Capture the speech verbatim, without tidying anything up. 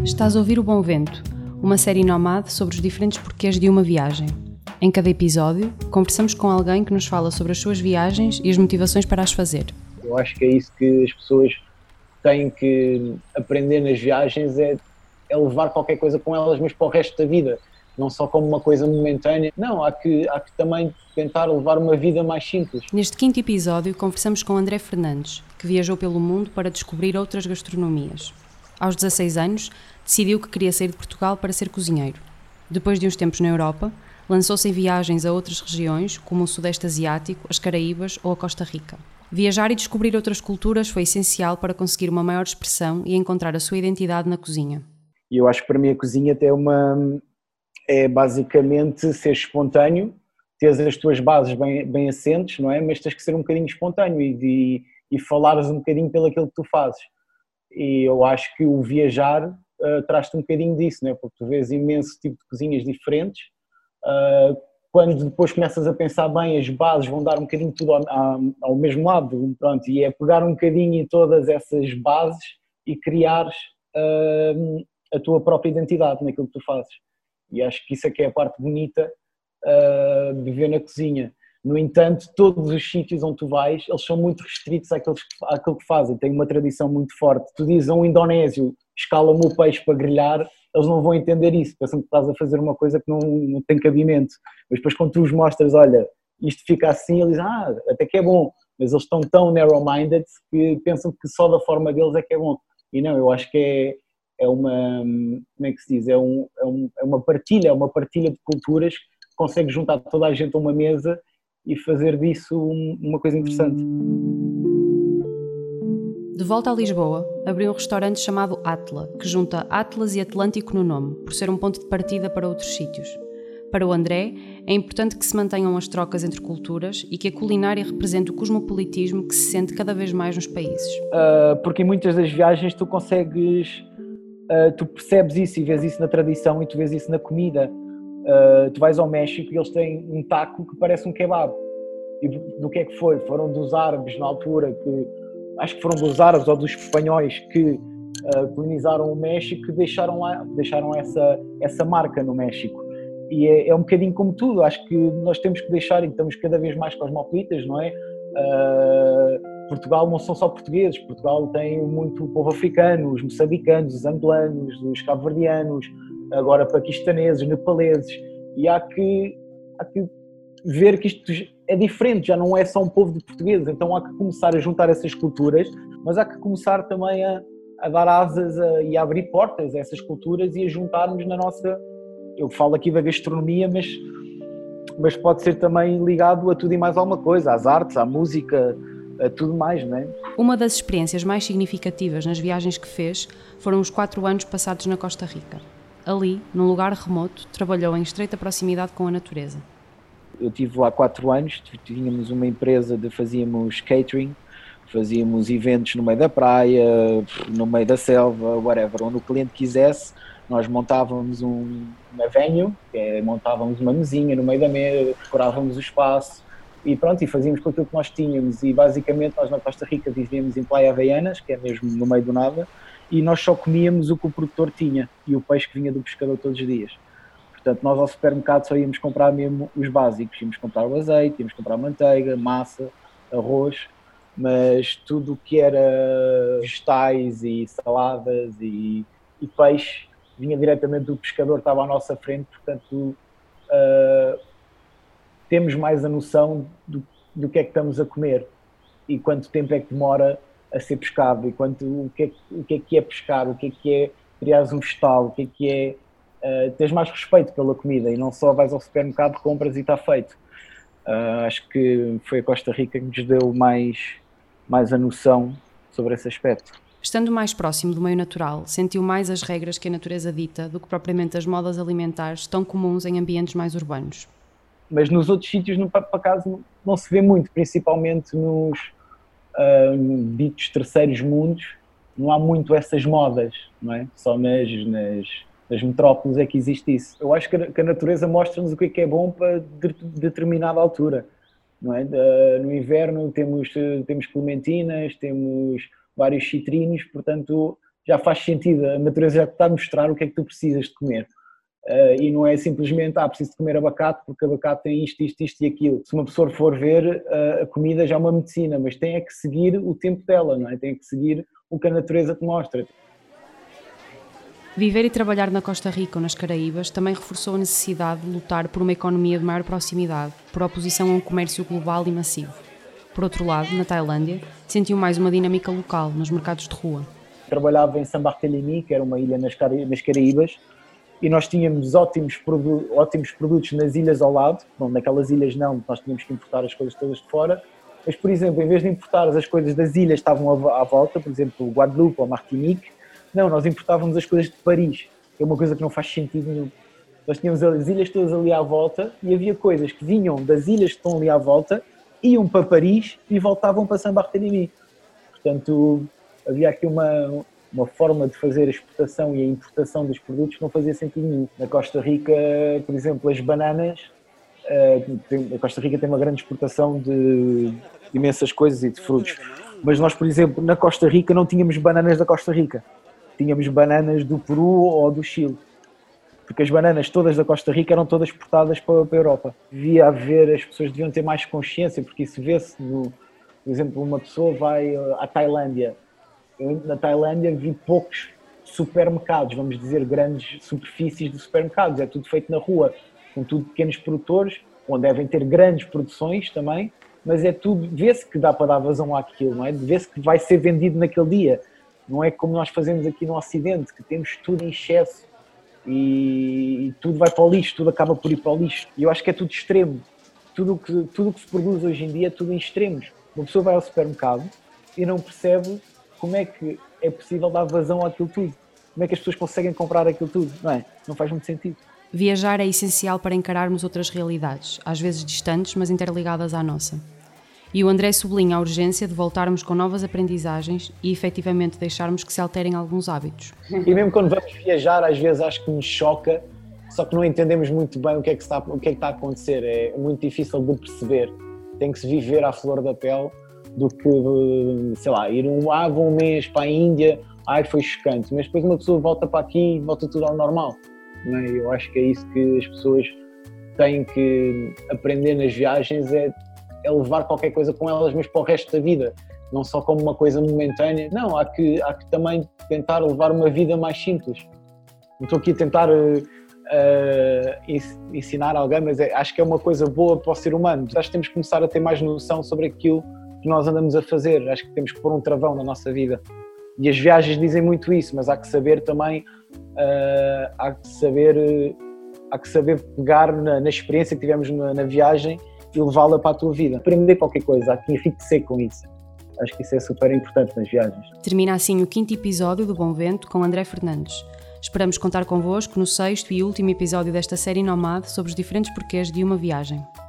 Estás a ouvir O Bom Vento, uma série nómade sobre os diferentes porquês de uma viagem. Em cada episódio, conversamos com alguém que nos fala sobre as suas viagens e as motivações para as fazer. Eu acho que é isso que as pessoas têm que aprender nas viagens, é, é levar qualquer coisa com elas, mas para o resto da vida, não só como uma coisa momentânea. Não, há que, há que também tentar levar uma vida mais simples. Neste quinto episódio, conversamos com André Fernandes, que viajou pelo mundo para descobrir outras gastronomias. Aos dezasseis anos, decidiu que queria sair de Portugal para ser cozinheiro. Depois de uns tempos na Europa, lançou-se em viagens a outras regiões, como o Sudeste Asiático, as Caraíbas ou a Costa Rica. Viajar e descobrir outras culturas foi essencial para conseguir uma maior expressão e encontrar a sua identidade na cozinha. E eu acho que para mim a cozinha até é uma... é basicamente ser espontâneo, teres as tuas bases bem, bem assentes, não é? Mas tens que ser um bocadinho espontâneo e, e, e falares um bocadinho pelo aquilo que tu fazes. E eu acho que o viajar uh, traz-te um bocadinho disso, não é? Porque tu vês imenso tipo de cozinhas diferentes. Uh, quando depois começas a pensar bem, as bases vão dar um bocadinho tudo ao, ao, ao mesmo lado, pronto, e é pegar um bocadinho em todas essas bases e criares uh, a tua própria identidade naquilo que tu fazes. E acho que isso é que é a parte bonita uh, de viver na cozinha. No entanto, todos os sítios onde tu vais, eles são muito restritos àquilo, àquilo que fazem, têm uma tradição muito forte. Tu dizes a um indonésio, escala-me o peixe para grelhar, eles não vão entender isso, pensam que estás a fazer uma coisa que não, não tem cabimento. Mas depois quando tu os mostras, olha, isto fica assim, eles dizem, ah, até que é bom. Mas eles estão tão narrow-minded que pensam que só da forma deles é que é bom. E não, eu acho que é... é uma, como é que se diz, é, um, é, um, é uma partilha, é uma partilha de culturas que consegue juntar toda a gente a uma mesa e fazer disso um, uma coisa interessante. De volta a Lisboa, abriu um restaurante chamado Atla, que junta Atlas e Atlântico no nome, por ser um ponto de partida para outros sítios. Para o André, é importante que se mantenham as trocas entre culturas e que a culinária represente o cosmopolitismo que se sente cada vez mais nos países. Uh, porque em muitas das viagens tu consegues... Uh, tu percebes isso e vês isso na tradição e tu vês isso na comida. Uh, tu vais ao México e eles têm um taco que parece um kebab. E do, do que é que foi? Foram dos árabes na altura, que acho que foram dos árabes ou dos espanhóis que uh, colonizaram o México, que deixaram, lá, deixaram essa, essa marca no México. E é, é um bocadinho como tudo, acho que nós temos que deixar, e estamos cada vez mais cosmopolitas, não é? Uh, Portugal não são só portugueses, Portugal tem muito povo africano, os moçambicanos, os angolanos, os cabo-verdianos, agora paquistaneses, nepaleses, e há que, há que ver que isto é diferente, já não é só um povo de portugueses, então há que começar a juntar essas culturas, mas há que começar também a, a dar asas a, e a abrir portas a essas culturas e a juntarmos na nossa, eu falo aqui da gastronomia, mas, mas pode ser também ligado a tudo e mais alguma coisa, às artes, à música, a tudo mais, não é? Uma das experiências mais significativas nas viagens que fez foram os quatro anos passados na Costa Rica. Ali, num lugar remoto, trabalhou em estreita proximidade com a natureza. Eu estive lá quatro anos, tínhamos uma empresa de fazíamos catering, fazíamos eventos no meio da praia, no meio da selva, whatever, onde o cliente quisesse, nós montávamos um, uma venue, que é, montávamos uma mesinha no meio da mesa, decorávamos o espaço, e pronto, e fazíamos com aquilo que nós tínhamos, e basicamente nós na Costa Rica vivíamos em Playa Havaianas, que é mesmo no meio do nada, e nós só comíamos o que o produtor tinha, e o peixe que vinha do pescador todos os dias. Portanto, nós ao supermercado só íamos comprar mesmo os básicos, íamos comprar o azeite, íamos comprar manteiga, massa, arroz, mas tudo o que era vegetais e saladas e, e peixe vinha diretamente do pescador, estava à nossa frente, portanto... Uh, temos mais a noção do, do que é que estamos a comer e quanto tempo é que demora a ser pescado e quanto, o, que é, o que é que é pescar, o que é que é criar um vegetal, o que é que é uh, teres mais respeito pela comida e não só vais ao supermercado, compras e está feito. Uh, acho que foi a Costa Rica que nos deu mais, mais a noção sobre esse aspecto. Estando mais próximo do meio natural, sentiu mais as regras que a natureza dita do que propriamente as modas alimentares tão comuns em ambientes mais urbanos. Mas nos outros sítios, no, por acaso, não se vê muito, principalmente nos uh, ditos terceiros mundos, não há muito essas modas, não é? Só nas, nas, nas metrópoles é que existe isso. Eu acho que a, que a natureza mostra-nos o que é que é bom para de, de determinada altura, não é? De, no inverno temos, temos clementinas, temos vários citrinos, portanto já faz sentido, a natureza já te está a mostrar o que é que tu precisas de comer. Uh, e não é simplesmente, ah, preciso de comer abacate porque abacate tem isto, isto, isto e aquilo. Se uma pessoa for ver, uh, a comida já é uma medicina, mas tem é que seguir o tempo dela, não é? Tem é que seguir o que a natureza te mostra. Viver e trabalhar na Costa Rica ou nas Caraíbas também reforçou a necessidade de lutar por uma economia de maior proximidade, por oposição a um comércio global e massivo. Por outro lado, na Tailândia, sentiu mais uma dinâmica local, nos mercados de rua. Trabalhava em San Barthélemy, que era uma ilha nas Caraíbas, e nós tínhamos ótimos, produ- ótimos produtos nas ilhas ao lado. Bom, naquelas ilhas não, nós tínhamos que importar as coisas todas de fora, mas, por exemplo, em vez de importar as coisas das ilhas que estavam à, à volta, por exemplo, Guadeloupe ou Martinique, não, nós importávamos as coisas de Paris, que é uma coisa que não faz sentido nenhum. Nós tínhamos as ilhas todas ali à volta e havia coisas que vinham das ilhas que estão ali à volta, iam para Paris e voltavam para San Barthélemy. Portanto, havia aqui uma... uma forma de fazer a exportação e a importação dos produtos que não fazia sentido nenhum. Na Costa Rica, por exemplo, as bananas, a Costa Rica tem uma grande exportação de imensas coisas e de frutos, mas nós, por exemplo, na Costa Rica não tínhamos bananas da Costa Rica, tínhamos bananas do Peru ou do Chile, porque as bananas todas da Costa Rica eram todas exportadas para, para a Europa. Devia haver, as pessoas deviam ter mais consciência, porque isso vê-se, no, por exemplo, uma pessoa vai à Tailândia. Eu, na Tailândia, vi poucos supermercados, vamos dizer, grandes superfícies de supermercados. É tudo feito na rua, com tudo pequenos produtores, onde devem ter grandes produções também, mas é tudo, vê-se que dá para dar vazão àquilo, não é? Vê-se que vai ser vendido naquele dia. Não é como nós fazemos aqui no Ocidente, que temos tudo em excesso e, e tudo vai para o lixo, tudo acaba por ir para o lixo. E eu acho que é tudo extremo. Tudo o que, tudo que se produz hoje em dia é tudo em extremos. Uma pessoa vai ao supermercado e não percebe como é que é possível dar vazão àquilo tudo? Como é que as pessoas conseguem comprar aquilo tudo? Não é? Não faz muito sentido. Viajar é essencial para encararmos outras realidades, às vezes distantes, mas interligadas à nossa. E o André sublinha a urgência de voltarmos com novas aprendizagens e efetivamente deixarmos que se alterem alguns hábitos. E mesmo quando vamos viajar, às vezes acho que nos choca, só que não entendemos muito bem o que é que está, o que é que está a acontecer. É muito difícil de perceber. Tem que se viver à flor da pele do que, sei lá, ir um, ah, um mês para a Índia, ai, foi chocante, mas depois uma pessoa volta para aqui e volta tudo ao normal, não é? Eu acho que é isso que as pessoas têm que aprender nas viagens, é, é levar qualquer coisa com elas, mas para o resto da vida, não só como uma coisa momentânea. Não, há que, há que também tentar levar uma vida mais simples. Não estou aqui a tentar uh, uh, ensinar alguém, mas é, acho que é uma coisa boa para o ser humano. Acho que temos que começar a ter mais noção sobre aquilo que nós andamos a fazer. Acho que temos que pôr um travão na nossa vida. E as viagens dizem muito isso, mas há que saber também, uh, há que saber, uh, há que saber pegar na, na experiência que tivemos na, na viagem e levá-la para a tua vida. Aprender qualquer coisa, há que enriquecer com isso. Acho que isso é super importante nas viagens. Termina assim o quinto episódio do Bom Vento com André Fernandes. Esperamos contar convosco no sexto e último episódio desta série Nomade sobre os diferentes porquês de uma viagem.